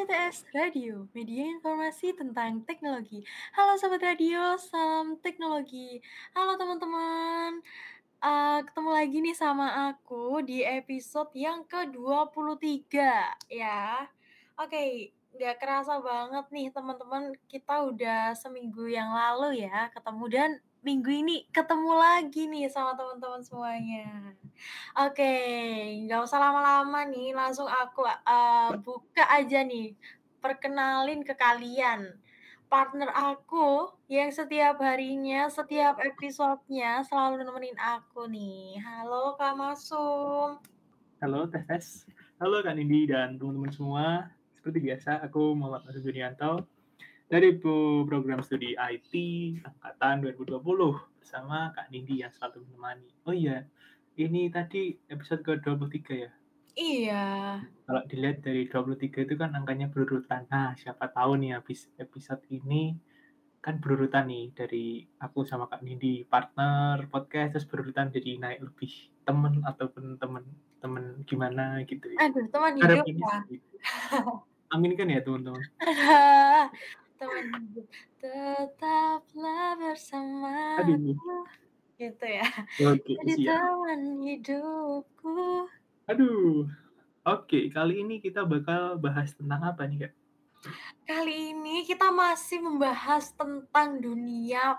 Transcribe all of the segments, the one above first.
TTS Radio, media informasi tentang teknologi. Halo Sobat Radio, salam teknologi. Halo teman-teman, ketemu lagi nih sama aku di episode yang ke-23 ya. Oke, nggak kerasa banget nih teman-teman, kita udah seminggu yang lalu ya ketemu dan minggu ini ketemu lagi nih sama teman-teman semuanya. Oke, nggak usah lama-lama nih, langsung aku, buka aja nih, perkenalin ke kalian, partner aku yang setiap harinya, setiap episodenya selalu nemenin aku nih. Halo Kak Masum. Halo, tes tes. Halo Kak Nindi dan teman-teman semua. Seperti biasa, aku Muhammad Masud Junianto dari program studi IT angkatan 2020 bersama Kak Nindi yang selalu menemani. Oh iya, ini tadi episode ke-23 ya. Iya. Kalau dilihat dari 23 itu kan angkanya berurutan. Nah, siapa tahu nih habis episode ini kan berurutan nih dari aku sama Kak Nindi partner podcast terus berurutan jadi naik lebih temen ataupun temen gimana gitu ya. Aduh, teman hidup Harapannya ya? sih gitu. Aminkan ya teman-teman. Teman hidup, tetaplah Aduh, bersamaku, gitu ya. oke Jadi siap. teman hidupku. Aduh, oke kali ini kita bakal bahas tentang apa nih Kak? Kali ini kita masih membahas tentang dunia,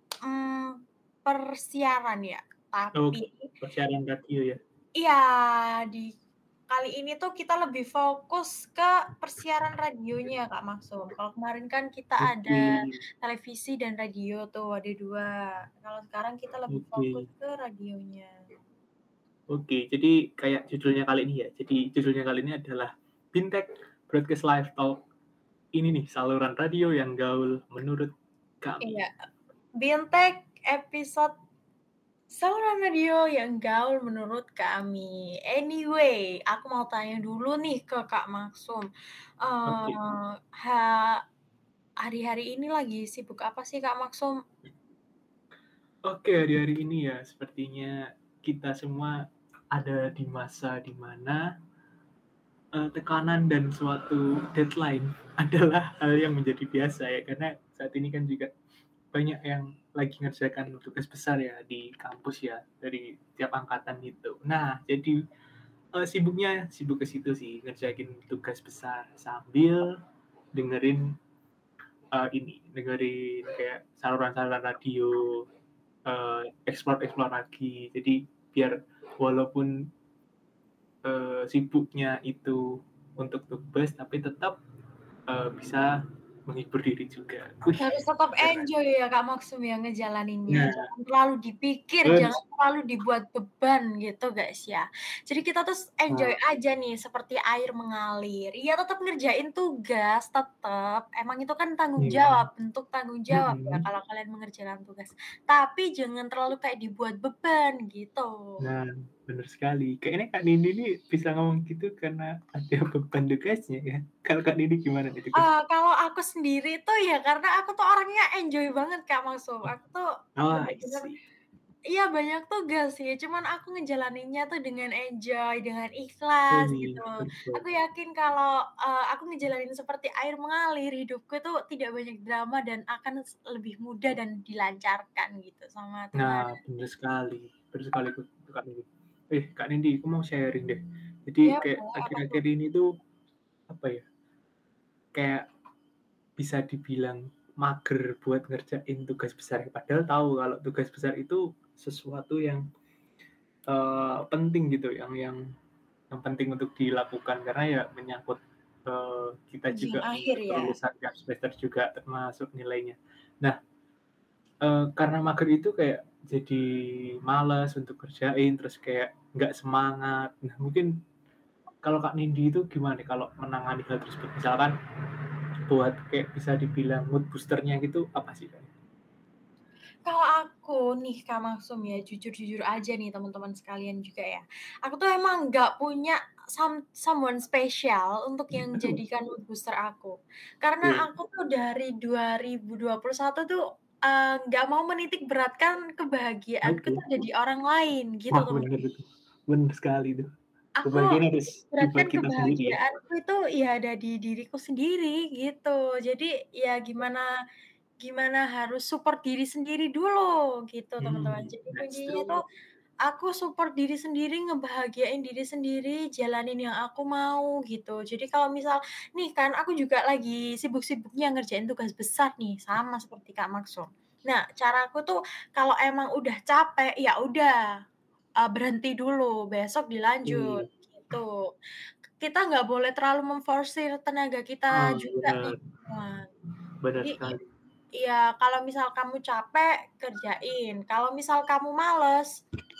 persiaran ya, tapi Oke, persiaran radio ya. iya, di kali ini tuh kita lebih fokus ke persiaran radionya, Kak Maksum. Kalau kemarin kan kita ada Oke, televisi dan radio tuh, ada 2. Kalau sekarang kita lebih fokus oke, ke radionya. oke. Jadi kayak judulnya kali ini ya. Jadi judulnya kali ini adalah Bintek Broadcast Live Talk. Ini nih saluran radio yang gaul menurut kami. Iya, Bintek episode saluran radio yang gaul menurut kami. Anyway, aku mau tanya dulu nih ke Kak Maksum. Oke, Eee, ha Hari-hari ini lagi sibuk apa sih Kak Maksum? oke hari-hari ini ya sepertinya kita semua ada di masa di mana tekanan dan suatu deadline adalah hal yang menjadi biasa ya, karena saat ini kan juga banyak yang lagi ngerjakan tugas besar ya di kampus ya, dari tiap angkatan gitu. Nah, jadi, sibuk ke situ sih, ngerjain tugas besar sambil dengerin, dengerin kayak saluran-saluran radio, explore-explore lagi. Jadi biar walaupun sibuknya itu untuk tugas tapi tetap bisa menghibur diri juga. Wih, Harus tetap keren. enjoy ya Kak Maksum ya ngejalaninnya, Nah, jangan terlalu dipikir, jangan terus terlalu dibuat beban gitu guys ya. Jadi kita tuh enjoy nah, aja nih seperti air mengalir. Iya tetap ngerjain tugas, tetap, emang itu kan tanggung iya, jawab, bentuk tanggung jawab ya mhm. kalau kalian mengerjakan tugas. Tapi jangan terlalu kayak dibuat beban gitu. Nah, bener sekali. Kayaknya Kak Nindi ini bisa ngomong gitu karena ada beban tugasnya ya. Kalau Kak Nindi gimana nih tugas? Kalau aku sendiri tuh ya karena aku tuh orangnya enjoy banget Kak Maksum, aku tuh Oh, I bener-bener see. iya banyak tugas sih, cuman aku ngejalaninnya tuh dengan enjoy, dengan ikhlas gitu. Aku Betul. yakin kalau, aku ngejalanin seperti air mengalir, hidupku tuh tidak banyak drama dan akan lebih mudah dan dilancarkan gitu sama Tuhan. Nah, bener sekali Kak Nindi. Kak Nindi, aku mau sharing deh. Jadi Iya kayak boleh, apa tuh? akhir-akhir ini tuh, apa ya, kayak bisa dibilang mager buat ngerjain tugas besar, padahal tahu kalau tugas besar itu sesuatu yang, penting gitu, yang penting untuk dilakukan karena ya menyangkut, kita Ujian juga akhir untuk ya? lulusan tiap semester juga termasuk nilainya. Nah, karena mager itu kayak jadi males untuk kerjain, terus kayak nggak semangat. Nah, mungkin kalau Kak Nindi itu gimana nih kalau menangani hal tersebut? Misalkan buat kayak bisa dibilang mood booster-nya gitu apa sih, Kak? Kalau aku nih Kak Maksum ya, jujur-jujur aja nih teman-teman sekalian juga ya, aku tuh emang nggak punya someone spesial untuk yang Aduh, jadikan mood booster aku. Karena oke, aku tuh dari 2021 tuh, nggak mau menitik beratkan kebahagiaanku oke. tuh ada di orang lain gitu Wah, teman. bener itu, bener sekali itu. Aku Kebahagiaan harus dibuat ibaratkan kita sendiri ya? kebahagiaanku itu ya ada di diriku sendiri gitu. Jadi ya gimana gimana harus support diri sendiri dulu gitu, teman-teman. Jadi That's kuncinya itu true. aku support diri sendiri, ngebahagiain diri sendiri, jalanin yang aku mau gitu. Jadi kalau misal nih kan aku juga lagi sibuk-sibuknya ngerjain tugas besar nih, sama seperti Kak Maksum. Nah, caraku tuh kalau emang udah capek, ya udah, berhenti dulu, besok dilanjut Oke. gitu. Kita nggak boleh terlalu memforsir tenaga kita juga nih, Benar, teman. benar Jadi sekali. iya, kalau misal kamu capek, kerjain. Kalau misal kamu males,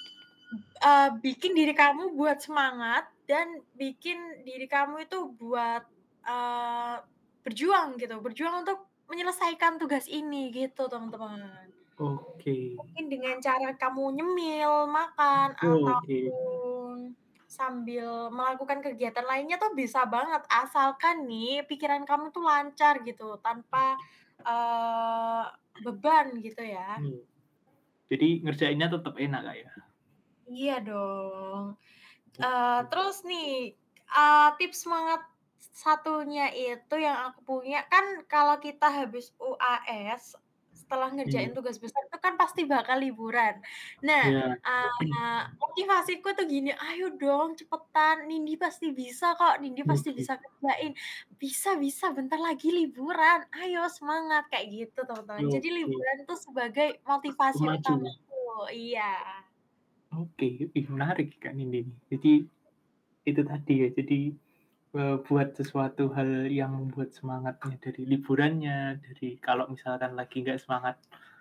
bikin diri kamu buat semangat dan bikin diri kamu itu buat, eee, berjuang gitu, berjuang untuk menyelesaikan tugas ini gitu, teman-teman. Oke. Mungkin dengan cara kamu nyemil, makan, Oke. ataupun sambil melakukan kegiatan lainnya tuh bisa banget, asalkan nih pikiran kamu tuh lancar gitu, tanpa, eee, beban gitu ya. Mmm. Jadi ngerjainnya tetap enak, Kak, ya? Iya dong. Oke. Terus nih, tips semangat satunya itu yang aku punya, kan kalau kita habis UAS, setelah ngerjain Iya. tugas besar itu kan pasti bakal liburan. Nah, Iya. motivasiku tuh gini, "Ayo dong cepetan, Nindi pasti bisa kok, Nindi pasti Oke. bisa kerjain. Bisa bisa, bentar lagi liburan, ayo semangat!" Kayak gitu teman-teman. Jadi Oke. liburan itu sebagai motivasi Pemacu ya? utamaku. Iya. Oke. Ih, menarik Kak Nindi nih. Jadi itu tadi ya, jadi, buat sesuatu hal yang membuat semangatnya dari liburannya, dari kalau misalkan lagi nggak semangat,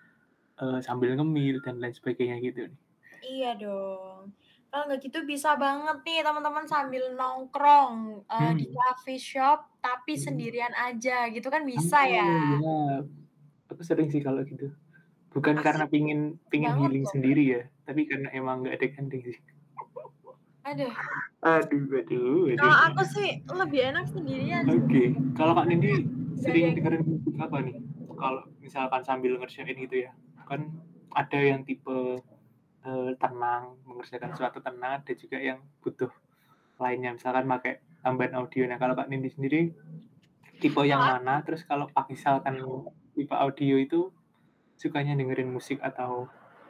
sambil ngemil dan lain sebagainya gitu nih. Iya dong. Kalau nggak gitu bisa banget nih teman-teman sambil nongkrong, di Hmm. coffee shop tapi Mhm. sendirian aja gitu kan bisa ya. Oh, iya. Aku sering sih kalau gitu. Bukan karena Asik pingin pingin banget healing loh. sendiri ya, tapi karena emang nggak ada gandeng sih. Aduh, Aduh aduh kalau aduh. aku sih lebih enak sendirian sih Oke, teman-teman. kalau Kak Karena Nindi nggak ada sering yang dengerin musik apa nih? Kalau misalkan sambil ngerjain gitu ya? Kan ada yang tipe, tenang, mengerjakan sesuatu tenang, ada juga yang butuh lainnya, misalkan pakai tambahan audio. Nah, kalau Kak Nindi sendiri tipe yang kalau aku mana? Terus kalau misalkan tipe audio itu sukanya dengerin musik atau,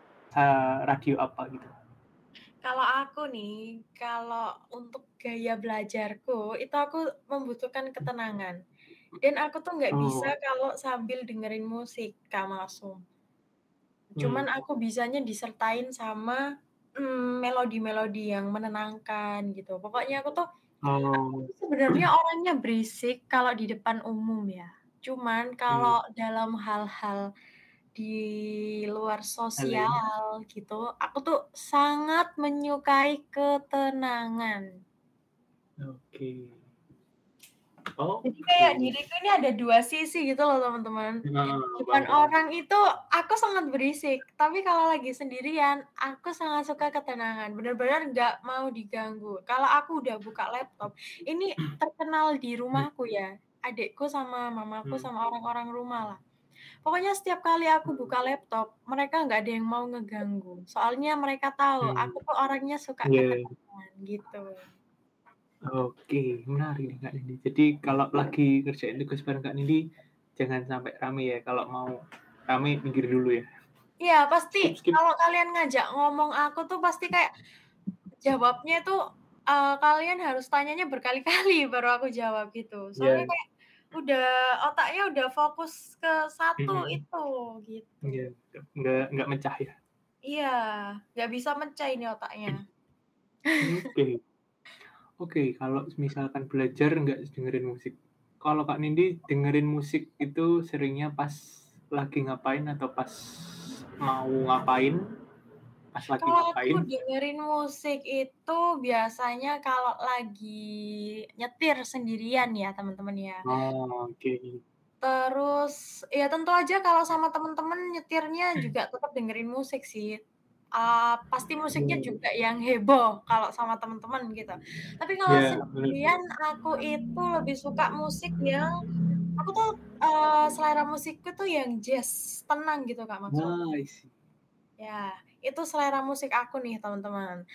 radio apa gitu? kalau aku nih, kalau untuk gaya belajarku, itu aku membutuhkan ketenangan. Dan aku tuh nggak bisa Oh, kalau sambil dengerin musik, Kak Masum. Cuman mmm, aku bisanya disertain sama, melodi-melodi yang menenangkan gitu. Pokoknya aku tuh oh, sebenarnya orangnya berisik kalau di depan umum ya. Cuman mmm, kalau dalam hal-hal di luar hal lain? sosial gitu, aku tuh sangat menyukai ketenangan. Oke. Jadi kayak Oke. diriku ini ada 2 sisi gitu loh teman-teman. Heeh, Depan paham paham. orang itu aku sangat berisik, tapi kalau lagi sendirian, aku sangat suka ketenangan, bener-bener nggak mau diganggu. Kalau aku udah buka laptop, ini terkenal di Mmm, rumahku ya, adikku sama mamaku mmm, sama orang-orang rumah lah. Pokoknya setiap kali aku mmm, buka laptop, mereka nggak ada yang mau ngeganggu. Soalnya mereka tahu mmm, aku tuh orangnya suka iya. ketenangan gitu. Oke, menarik nih Kak Nindi. Jadi kalau lagi ngerjain tugas bareng Kak Nindi, jangan sampai rame ya, kalau mau rame minggir dulu ya. Iya, pasti Skip skip. kalau kalian ngajak ngomong aku tuh pasti kayak jawabnya itu, kalian harus tanyanya berkali-kali baru aku jawab gitu. Soalnya Iya, kayak udah otaknya udah fokus ke satu mhm, itu, gitu. iya, nggak mecah ya. Iya, nggak bisa mecah ini otaknya. Oke. Oke, kalau misalkan belajar nggak dengerin musik. Kalau Kak Nindi dengerin musik itu seringnya pas lagi ngapain atau pas mau ngapain? Pas lagi Kalau aku ngapain? dengerin musik itu biasanya kalau lagi nyetir sendirian ya, teman-teman ya. Oh, oke. Terus, ya tentu aja kalau sama temen-temen nyetirnya juga tetap dengerin musik sih. Pasti musiknya Mmm, juga yang heboh kalau sama temen-temen gitu. Tapi kalau iya, bener sendirian bener. aku itu lebih suka musik yang aku tuh, selera musikku tuh yang jazz, tenang gitu Kak, maksud. Ah, I see. Ya, itu selera musik aku nih teman-teman.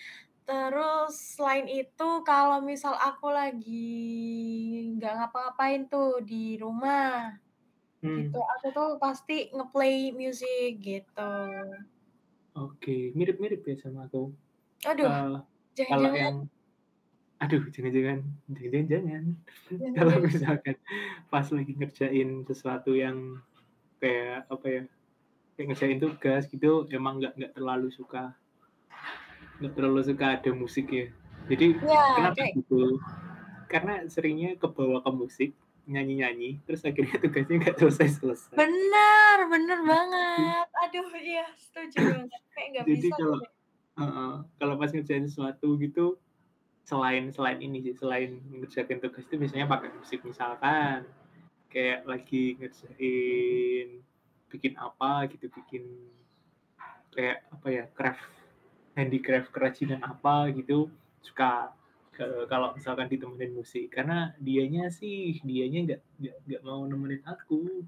Terus selain itu kalau misal aku lagi nggak ngapa-ngapain tuh di rumah, gitu, Hmm, aku tuh pasti nge-play musik gitu. oke, mirip-mirip ya sama aku. Aduh, Eee, kalau jangan-jangan yang aduh jangan-jangan kalau jangan-jangan misalkan pas lagi ngerjain sesuatu yang kayak apa ya, kayak ngerjain tugas gitu emang nggak terlalu suka ada musik ya. Jadi ya kenapa kayak gitu, karena seringnya kebawa ke musik, nyanyi-nyanyi, terus akhirnya tugasnya nggak selesai-selesai. bener bener banget. Aduh iya setuju banget, kayak nggak Jadi bisa kalau gitu. heeh, kalau pas ngerjain sesuatu gitu, selain selain ini sih, selain ngerjain tugas itu biasanya pakai musik. Misalkan kayak lagi ngerjain bikin apa gitu, bikin kayak apa ya, handicraft kerajinan apa gitu, suka kalau misalkan ditemenin musik. Karena dianya nggak mau nemenin aku.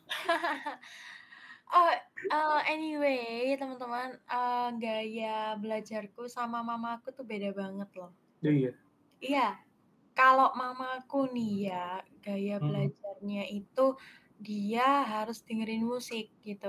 Oh, anyway teman-teman, gaya belajarku sama mamaku tuh beda banget loh. Oh iya, Iya, kalau mamaku nih ya, gaya mhm. belajarnya itu dia harus dengerin musik gitu.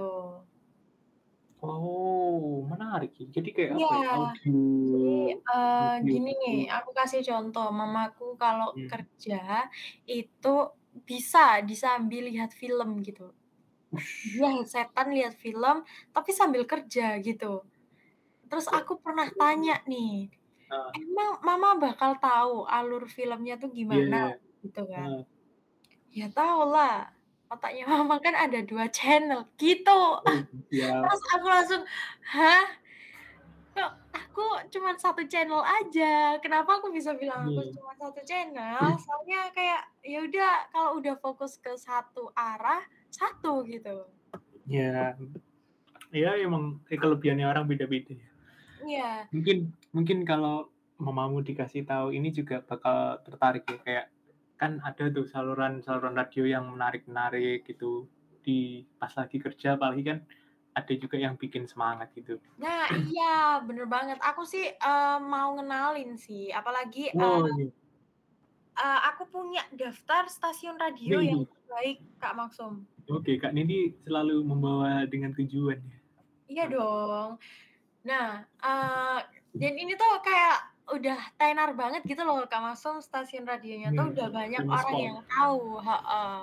Oh, menarik ya. Jadi kayak Iya, apa ya, audio jadi, audio gini nih, gitu. aku kasih contoh, mamaku kalau Mhm. kerja itu bisa disambil lihat film gitu. Dia headset-an lihat film, tapi sambil kerja gitu. Terus Kok aku pernah tanya nih, heeh, "Emang mama bakal tahu alur filmnya tuh gimana?" iya, Gitu kan. heeh. "Ya tahulah, otaknya mama kan ada 2 channel." Gitu. Oh, siap. Terus aku langsung, "Hah? Kok aku cuman 1 channel aja? Kenapa aku bisa bilang aku Iya. cuma 1 channel?" Soalnya kayak, ya udah kalau udah fokus ke satu arah, satu gitu. Ya, ya emang kelebihannya orang beda-beda ya. Iya. Mungkin mungkin kalau mamamu dikasih tahu ini juga bakal tertarik ya, kayak kan ada tuh saluran-saluran radio yang menarik-menarik gitu, pas lagi kerja apalagi kan ada juga yang bikin semangat gitu. Nah iya, bener banget. Aku sih, mau ngenalin sih, apalagi, Oh, iya. aku punya daftar stasiun radio yang Widih, terbaik, Kak Maksum. oke, Kak Nindi selalu membawa dengan tujuan ya? Iya Mantap. dong. Nah, dan ini tuh kayak udah tenar banget gitu loh, Kak Maksum, stasiun radionya tuh udah banyak Famous orang spot. yang tahu heeh.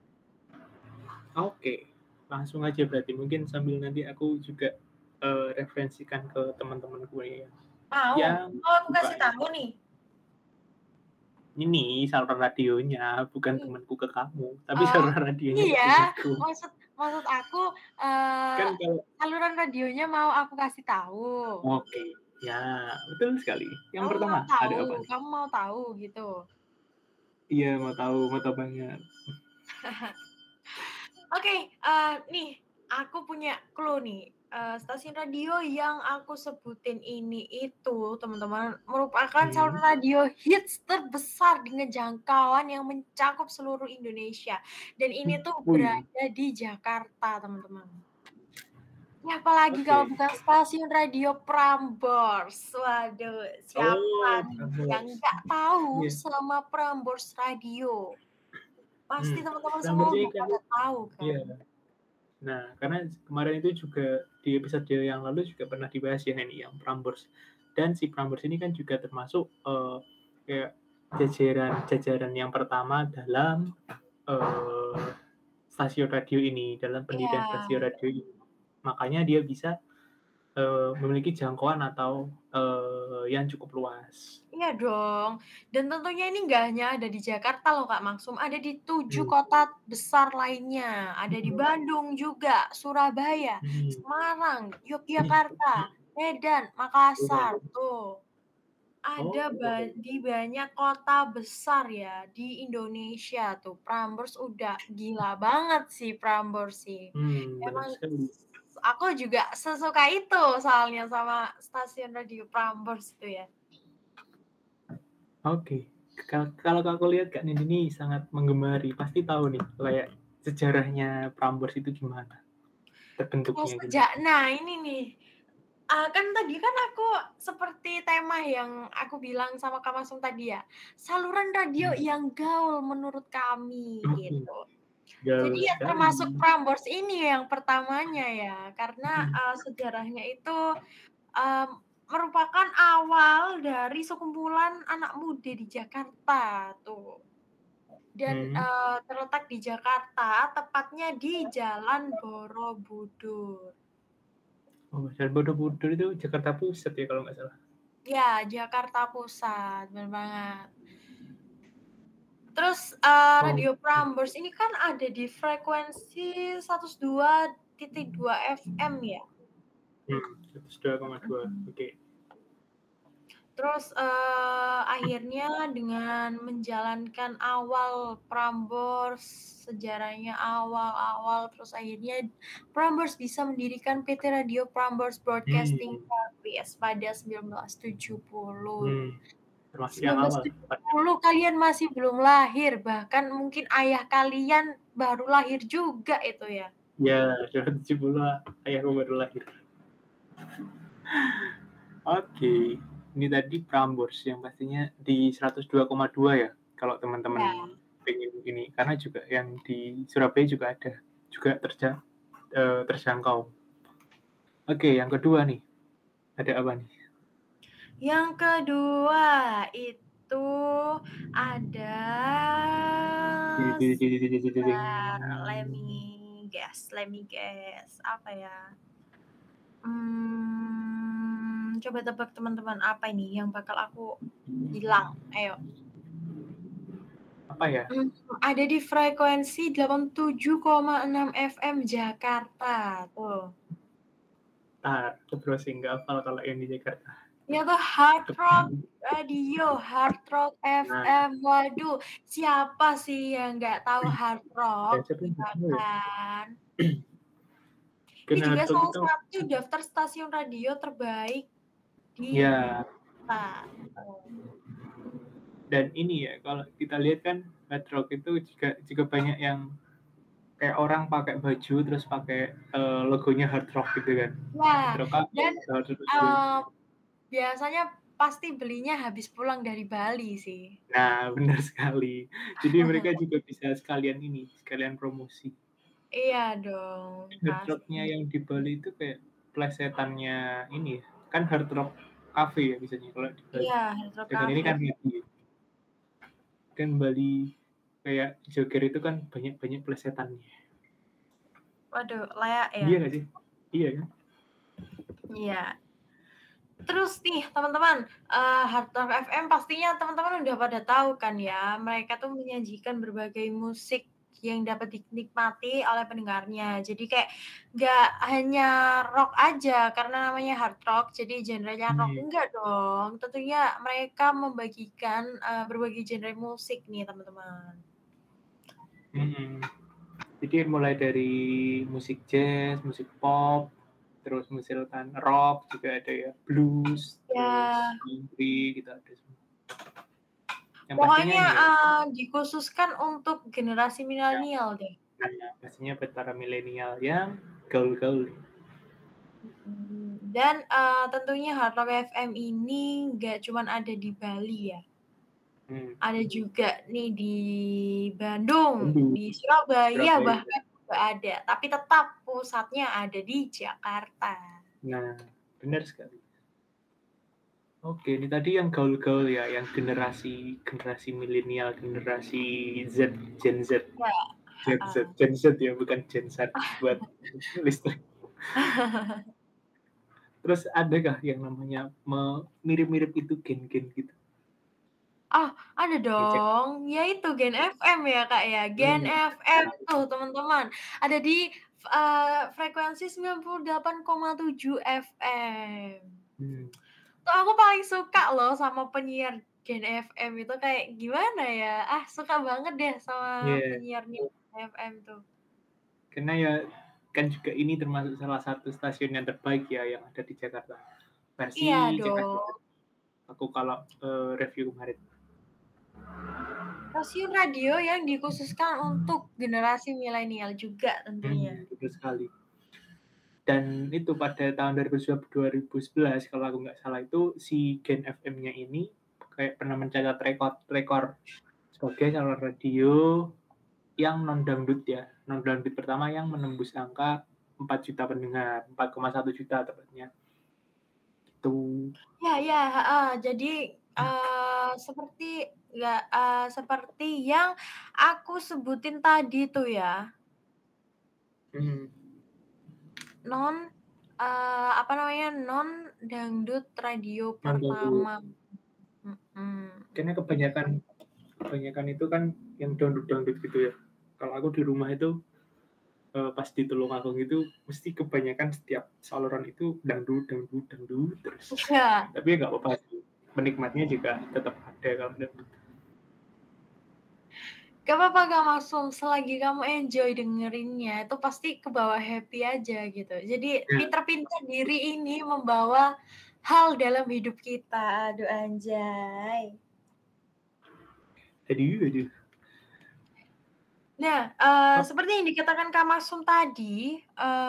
Oke, langsung aja berarti mungkin sambil nanti aku juga, referensikan ke teman-temanku ya, Mau? yang Mau aku kasih sukanya tahu nih? ini saluran radionya, bukan Ih, temanku ke kamu, tapi oh, saluran radionya ke iya? punyaku. Maksud maksud aku, eee, Kan kalau saluran radionya mau aku kasih tahu? oke, ya betul sekali. Yang Kamu mau pertama ada tahu apa nih? kamu mau tahu gitu? Iya mau tahu banget. Oke, nih aku punya clue nih, stasiun radio yang aku sebutin ini itu teman-teman merupakan saluran Mhm. radio hits terbesar dengan jangkauan yang mencakup seluruh Indonesia dan ini tuh Wih, berada di Jakarta teman-teman. Ya apalagi kalau oke. bukan stasiun radio Prambors. Waduh, siapa Oh, nih yang Prambors. nggak tahu Iya, sama Prambors Radio? Pasti mhm. teman-teman semua Prambors ini udah kan pada tahu iya. kan? Nah, karena kemarin itu juga di episode yang lalu juga pernah dibahas ya ini yang Prambors. Dan si Prambors ini kan juga termasuk, kayak jajaran yang pertama dalam, eee, stasiun radio ini, dalam pendirian Iya. stasiun radio ini. Makanya dia bisa, memiliki jangkauan atau, yang cukup luas. Iya dong, dan tentunya ini nggak hanya ada di Jakarta loh Kak Maksum, ada di 7 Mmm, kota besar lainnya, ada di mhm, Bandung juga, Surabaya, mhm. Semarang, Yogyakarta, Medan, Makassar, Waduh. tuh. Ada Oh, di banyak kota besar ya di Indonesia tuh, Prambors udah gila banget sih Prambors sih. benar Emang sekali. aku juga sesuka itu soalnya sama stasiun radio Prambors itu ya. Oke. Kalau aku lihat Kak Nindi ini sangat menggemari, pasti tahu nih kayak sejarahnya Prambors itu gimana, Kalau terbentuknya gimana? sejak nah ini nih, Kan tadi kan aku seperti tema yang aku bilang sama Kak Masum tadi ya, saluran radio Hmm, yang gaul menurut kami oke, gitu. gaul Jadi ya sekali. termasuk Prambors ini yang pertamanya ya, karena, Mhm, sejarahnya itu, mmm, merupakan awal dari sekumpulan anak muda di Jakarta tuh. Dan, mhm. terletak di Jakarta, tepatnya di Jalan Borobudur. Oh, dan Borobudur itu Jakarta Pusat ya kalau nggak salah? Ya, Jakarta Pusat, bener banget. Terus, Oh, Radio Prambors ini kan ada di frekuensi 102,2 FM ya? 102,2, Mhm. oke. Terus, akhirnya dengan menjalankan awal Prambors, sejarahnya awal-awal, terus akhirnya Prambors bisa mendirikan PT Radio Prambors Broadcasting Hmm, Service pada 1970. hmm, termasuk yang awal tepatnya. 1970 kalian masih belum lahir, bahkan mungkin ayah kalian baru lahir juga itu ya? Ya, 270 ayahku baru lahir. Oke, ini tadi Prambors yang pastinya di 102,2 ya, kalau Iya. teman-teman pengen ini, karena juga yang di Surabaya juga ada, juga terjangkau. Oke, yang kedua nih, ada apa nih? Yang kedua itu ada sebentar, let me guess, apa ya? Coba tebak teman-teman, apa ini yang bakal aku bilang? Ayo. Apa ya? Ada di frekuensi 87,6 FM Jakarta, tuh. Aku browsing nggak hafal kalau yang di Jakarta. Ya tuh Hard Rock Radio, Hard Rock Nah, FM. Waduh, siapa sih yang nggak tahu Hard Rock, ya siapa yang ya nggak tahu ya? kan? Ini juga Kenalto salah itu, satu daftar stasiun radio terbaik di ya, Indonesia. Tuh. dan ini ya, kalau kita lihat kan hard rock itu juga banyak yang kayak orang pakai baju terus pakai logonya hard rock gitu kan. Hard Ya, rock apa? dan, Hard rock itu. eee, biasanya pasti belinya habis pulang dari Bali sih. Nah, benar sekali. Jadi mereka juga bisa sekalian ini, sekalian promosi. Iya dong, Hard pasti. rocknya yang di Bali itu kayak plesetannya ini ya, kan hard rock cafe ya biasanya kalau di Bali. Iya, Hard Rock Dengan ini Cafe. kan kan Bali kayak Joger itu kan banyak-banyak plesetannya. Waduh, layak ya? Iya nggak sih? Iya kan? Iya. Terus nih teman-teman, Hard Rock FM pastinya teman-teman udah pada tahu kan ya, mereka tuh menyajikan berbagai musik yang dapat dinikmati oleh pendengarnya. Jadi kayak nggak hanya rock aja karena namanya hard rock, jadi genrenya rock, Hmm, enggak dong. Tentunya mereka membagikan, berbagai genre musik nih teman-teman. mhm. Jadi mulai dari musik jazz, musik pop, terus misalkan rock juga ada ya, blues, terus Ya, country gitu ada semua. Yang pastinya pokoknya, ini ya, dikhususkan untuk generasi ya, milenial deh. nah, pastinya buat para milenial yang gaul-gaul. Dan, tentunya Hard Rock FM ini nggak cuman ada di Bali ya, Hmm, ada juga nih di Bandung, Bandung, di Surabaya Surabaya. bahkan juga ada, tapi tetap pusatnya ada di Jakarta. Nah, benar sekali. Oke, ini tadi yang gaul-gaul ya, yang generasi generasi milenial, generasi Z, Gen Z, Ya, Gen Z, heeh. Gen Z ya, bukan Gen Z buat listrik. Terus adakah yang namanya mirip-mirip itu gen-gen gitu? Oh, ada Ngecek. dong, ya itu Gen FM ya, Kak, ya. Gen Hmm, FM tuh teman-teman, ada di, frekuensi 98,7 FM. hmm, Tuh aku paling suka loh sama penyiar Gen FM itu kayak gimana ya, suka banget deh sama iya. penyiarnya Gen FM tuh. Karena ya kan juga ini termasuk salah satu stasiun yang terbaik ya yang ada di Jakarta. Iya Versi Jakarta dong, aku kalau review kemarin. stasiun radio yang dikhususkan untuk generasi milenial juga tentunya. Betul sekali. Dan itu pada tahun 2011 kalau aku nggak salah itu si Gen FM-nya ini kayak pernah mencatat rekor sebagai saluran radio yang non dangdut ya, non dangdut pertama yang menembus angka 4 juta pendengar, 4,1 juta tepatnya. Itu. Ya, jadi, seperti yang aku sebutin tadi tuh ya, Mhm. non dangdut radio Non dangdut. pertama. Mhm. Kayaknya kebanyakan itu kan yang dangdut-dangdut gitu ya. Kalau aku di rumah itu pas di Tulungagung itu mesti kebanyakan setiap saluran itu dangdut dangdut dangdut terus. Iya. Tapi ya nggak apa-apa sih, penikmatnya juga tetap ada kalau dangdut. Gak apa-apa Kak Maksum, selagi kamu enjoy dengerinnya, itu pasti ke bawah happy aja gitu. Jadi Nah, pinter-pinter diri ini membawa hal dalam hidup kita. Aduh anjay. aduh. Nah, Oh, seperti yang dikatakan Kak Maksum tadi,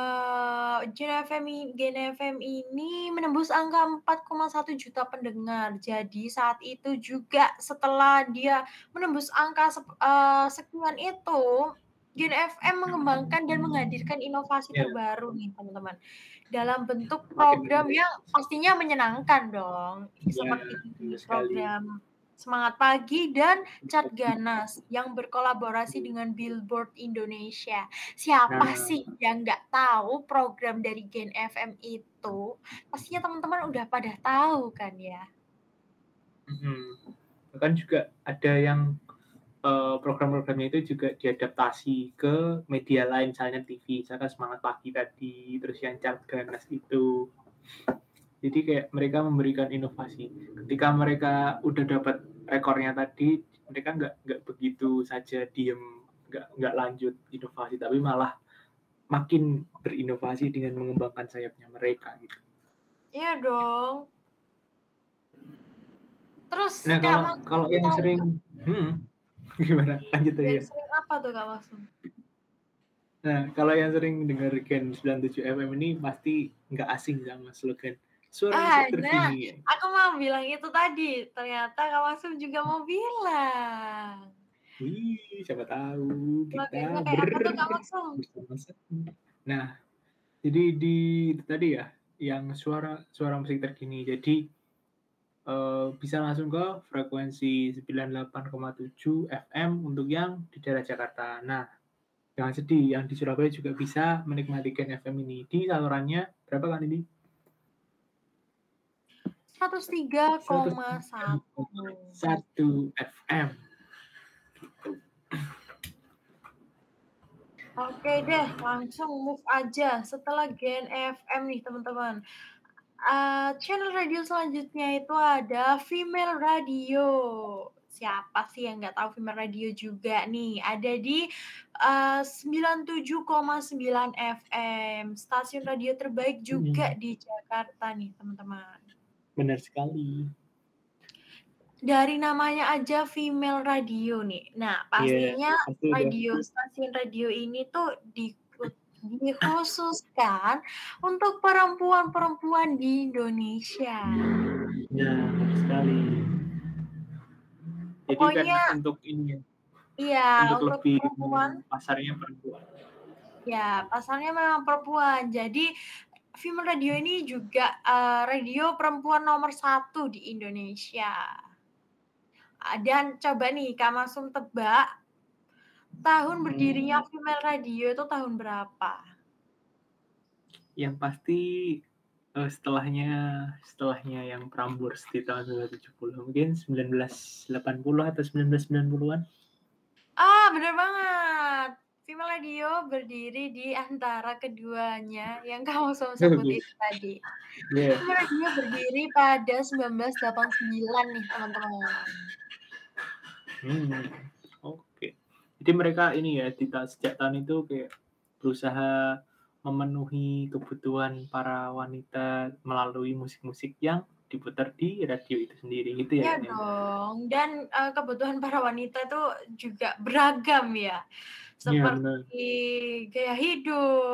Gen FM ini menembus angka 4,1 juta pendengar. Jadi saat itu juga setelah dia menembus angka sekian itu, Gen FM mengembangkan dan menghadirkan inovasi ya, terbaru nih teman-teman, dalam bentuk makin program menarik. yang pastinya menyenangkan dong, Ya, seperti benar sekali. program Semangat Pagi dan Cat Ganas yang berkolaborasi dengan Billboard Indonesia. Siapa Nah, sih yang nggak tahu program dari Gen FM itu? Pastinya teman-teman udah pada tahu kan ya? mhm. Bahkan juga ada yang program-programnya itu juga diadaptasi ke media lain, misalnya TV, misalkan Semangat Pagi tadi, terus yang Cat Ganas itu. Jadi kayak mereka memberikan inovasi. Ketika mereka udah dapat rekornya tadi, mereka nggak begitu saja diem, nggak lanjut inovasi, tapi malah makin berinovasi dengan mengembangkan sayapnya mereka gitu. Iya dong. Terus Nah Kak kalau Maksum kalau yang tahu sering, hmm, gimana? Lanjut aja. sering apa tuh Kak Maksum? Nah kalau yang sering dengar Gen 97 FM ini pasti nggak asing sama slogan suara musik Nah, terkini. aku mau bilang itu tadi. Ternyata Kak Maksum juga mau bilang. Wih, siapa tahu Slogannya kita kayak apa tuh Kak Maksum? bersama-sama. Nah, jadi di itu tadi ya, yang suara suara musik terkini. Jadi bisa langsung ke frekuensi 98,7 FM untuk yang di daerah Jakarta. Nah, jangan sedih, yang di Surabaya juga bisa menikmati Gen FM ini. Di salurannya berapa kan ini? 103,1. 103,1 FM. Oke deh, langsung move aja. Setelah Gen FM nih teman-teman. Channel radio selanjutnya itu ada Female Radio. Siapa sih yang nggak tahu Female Radio juga nih? Ada di 97,9 FM. Stasiun radio terbaik juga Mhm, di Jakarta nih teman-teman. benar sekali. Dari namanya aja female radio nih. Nah, Iya, pastinya pasti udah. stasiun radio ini tuh dikhususkan untuk perempuan-perempuan di Indonesia. Ya, benar sekali. Jadi kan Pokoknya untuk ini ya, iya, untuk untuk lebih perempuan pasarnya perempuan. ya, pasalnya memang perempuan. Jadi female radio ini juga, radio perempuan nomor satu di Indonesia. Dan coba nih Kak Masum tebak tahun berdirinya Hmm, Female Radio itu tahun berapa? yang pasti setelahnya setelahnya yang Prambors di tahun 1970 mungkin 1980 atau 1990-an. Bener banget. Female Radio berdiri di antara keduanya yang kamu sebut Bagus. itu tadi. Iya. Female Radio berdiri pada 1989 nih teman-teman. Hmm, oke. Jadi mereka ini ya sejak tahun itu kayak berusaha memenuhi kebutuhan para wanita melalui musik-musik yang diputar di radio itu sendiri gitu ya Iya kan ya? dong, dan, kebutuhan para wanita itu juga beragam ya, Iya benar. seperti gaya hidup,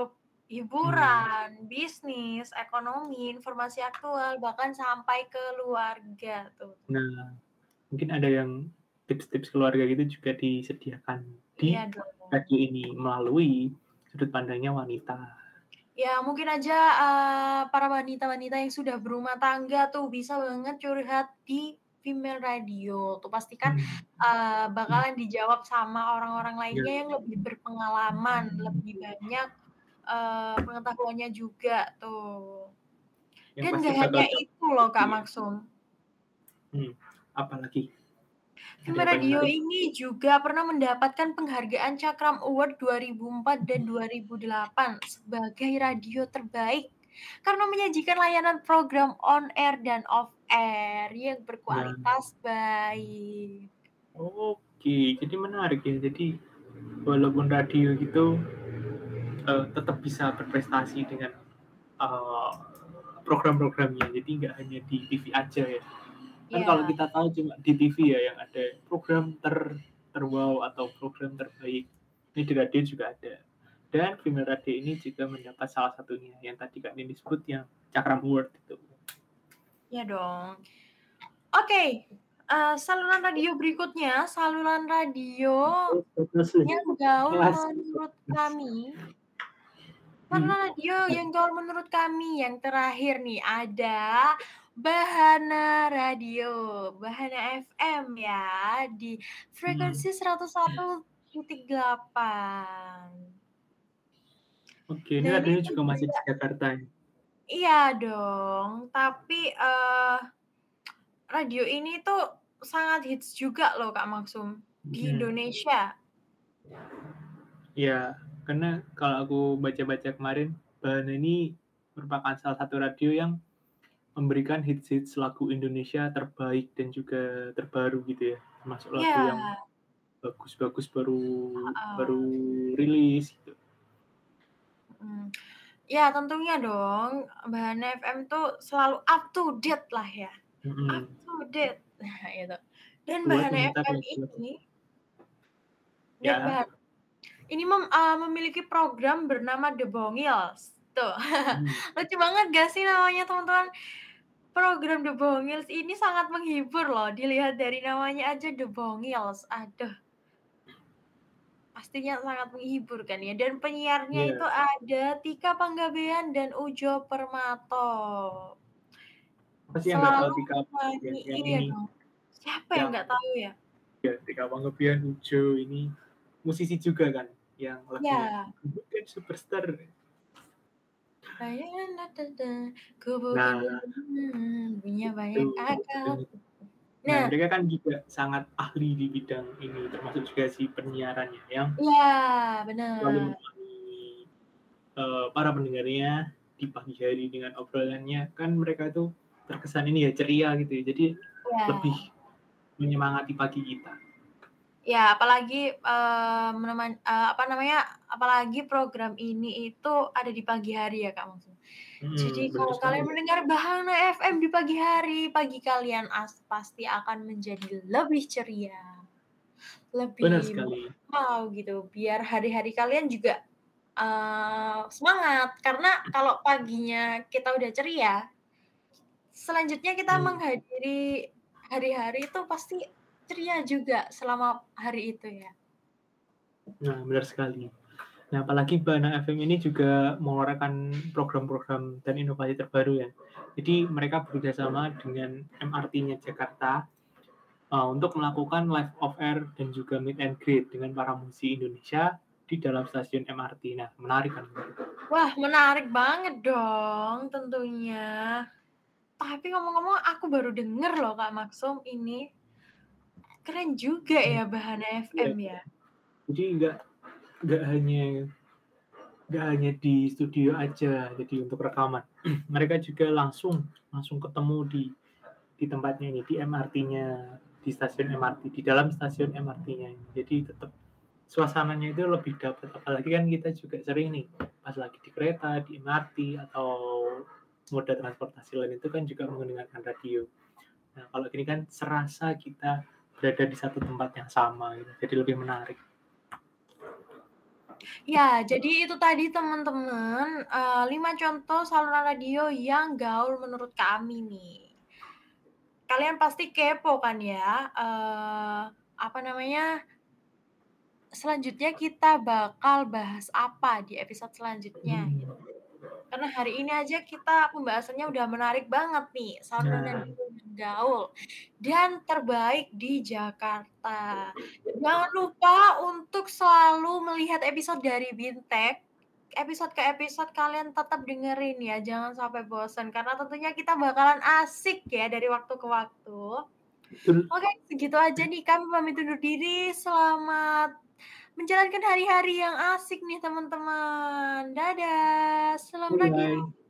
hiburan, bisnis, ekonomi, informasi aktual, bahkan sampai keluarga tuh. Nah, mungkin ada yang tips-tips keluarga gitu juga disediakan Iya di dong. radio ini melalui sudut pandangnya wanita. Ya mungkin aja, para wanita-wanita yang sudah berumah tangga tuh bisa banget curhat di female radio tuh pasti kan, Hmm, bakalan dijawab sama orang-orang ya, lainnya yang lebih berpengalaman, lebih banyak, pengetahuannya juga tuh. yang Dan pasti nggak hanya bakal itu loh Kak ya. Maksum, Apalagi ada female apa yang radio menarik? ini juga pernah mendapatkan penghargaan Cakram Award 2004 dan 2008 sebagai radio terbaik karena menyajikan layanan program on air dan off air yang Nah, berkualitas baik. oke, jadi menarik ya. Jadi walaupun radio gitu tetap bisa berprestasi dengan uh, program-programnya. Jadi nggak hanya di TV aja ya. Kan kalau Ya, kita tahu cuma di TV ya yang ada program terwow atau program terbaik. Ini di radio juga ada. Dan female radio ini juga mendapat salah satunya yang tadi Kak Nini sebut yang Cakram Award itu. ya dong. Oke, saluran radio berikutnya, saluran radio Terus nih, yang gaul kelas. menurut kami. Hmm. Karena radio yang gaul menurut kami yang terakhir nih ada Bahana Radio, Bahana FM ya di Hmm. frekuensi 101,8. Oke, ini Dan radionya itu juga masih di juga Jakarta ya? iya dong, tapi, radio ini tuh sangat hits juga loh Kak Maksum di Hmm. Indonesia. Ya, karena kalau aku baca-baca kemarin, Bahana ini merupakan salah satu radio yang memberikan hits-hits lagu Indonesia terbaik dan juga terbaru gitu ya. Termasuk lagu Iya, yang bagus-bagus baru baru heeh, rilis gitu. mhm. Ya tentunya dong, Bahana FM tuh selalu up to date lah ya, up Mhm. to date. Nah itu. Dan Buat Bahana memutar FM lagu-lagu. ini dan Ya. bahan ini memiliki program bernama The Bongils, tuh. Hmm. Lucu banget gak sih namanya teman-teman? Program The Bongils ini sangat menghibur loh, dilihat dari namanya aja The Bongils, aduh pastinya sangat menghibur kan ya, dan penyiarnya Iya, itu ada Tika Panggabean dan Ujo Permato. apa sih yang nggak tahu Selalu Tika Panggabean yang iya ini, dong, siapa yang yang nggak tahu ya? ya Tika Panggabean, Ujo ini musisi juga kan, yang lagunya Iya, Bukan Superstar. ku bukan Nah, punya itu. banyak akal. Nah, Nah, mereka kan juga sangat ahli di bidang ini, termasuk juga si penyiarannya yang iya selalu bener, menemani para pendengarnya di pagi hari dengan obrolannya. Kan mereka itu terkesan ini ya ceria gitu ya. Jadi lebih iya. menyemangati pagi kita. Ya apalagi, apa namanya, apalagi program ini itu ada di pagi hari ya, Kak, maksudnya. Jadi Benar kalau sekali. kalian mendengar Bahana FM di pagi hari, pagi kalian pasti akan menjadi lebih ceria, Benar lebih sekali. wow gitu, biar hari-hari kalian juga, semangat. Karena kalau paginya kita udah ceria, selanjutnya kita Hmm. menghadiri hari-hari itu pasti ceria juga selama hari itu ya. Nah, benar sekali. Nah, apalagi Bana FM ini juga mengeluarkan program-program dan inovasi terbaru ya. Jadi mereka bekerjasama dengan MRT-nya Jakarta untuk melakukan live off air dan juga meet and greet dengan para musisi Indonesia di dalam stasiun MRT. Nah, menarik kan? Wah, menarik banget dong tentunya. Tapi ngomong-ngomong aku baru denger loh Kak Maksum ini. Keren juga Hmm, ya Bahana iya. FM ya. Jadi nggak hanya di studio aja, jadi untuk rekaman. Mereka juga langsung langsung ketemu di tempatnya ini, di MRT-nya, di stasiun MRT, di dalam stasiun MRT-nya. Jadi tetap suasananya itu lebih dapat. Apalagi kan kita juga sering nih pas lagi di kereta, di MRT atau moda transportasi lain itu kan juga mendengarkan radio. Nah, kalau gini kan serasa kita berada di satu tempat yang sama gitu. Jadi lebih menarik. Ya, jadi itu tadi teman-teman, 5 contoh saluran radio yang gaul menurut kami nih. Kalian pasti kepo kan ya, apa namanya, selanjutnya kita bakal bahas apa di episode selanjutnya Mhm. gitu. Karena hari ini aja kita pembahasannya udah menarik banget nih, saluran Nah, radio yang gaul dan terbaik di Jakarta. Jangan lupa untuk selalu melihat episode dari Bintek, episode ke episode kalian tetap dengerin ya, jangan sampai bosan karena tentunya kita bakalan asik ya dari waktu ke waktu. betul. Oke, segitu aja nih kami pamit undur diri, selamat menjalankan hari-hari yang asik nih teman-teman. Dadah, selamat radio. Bye.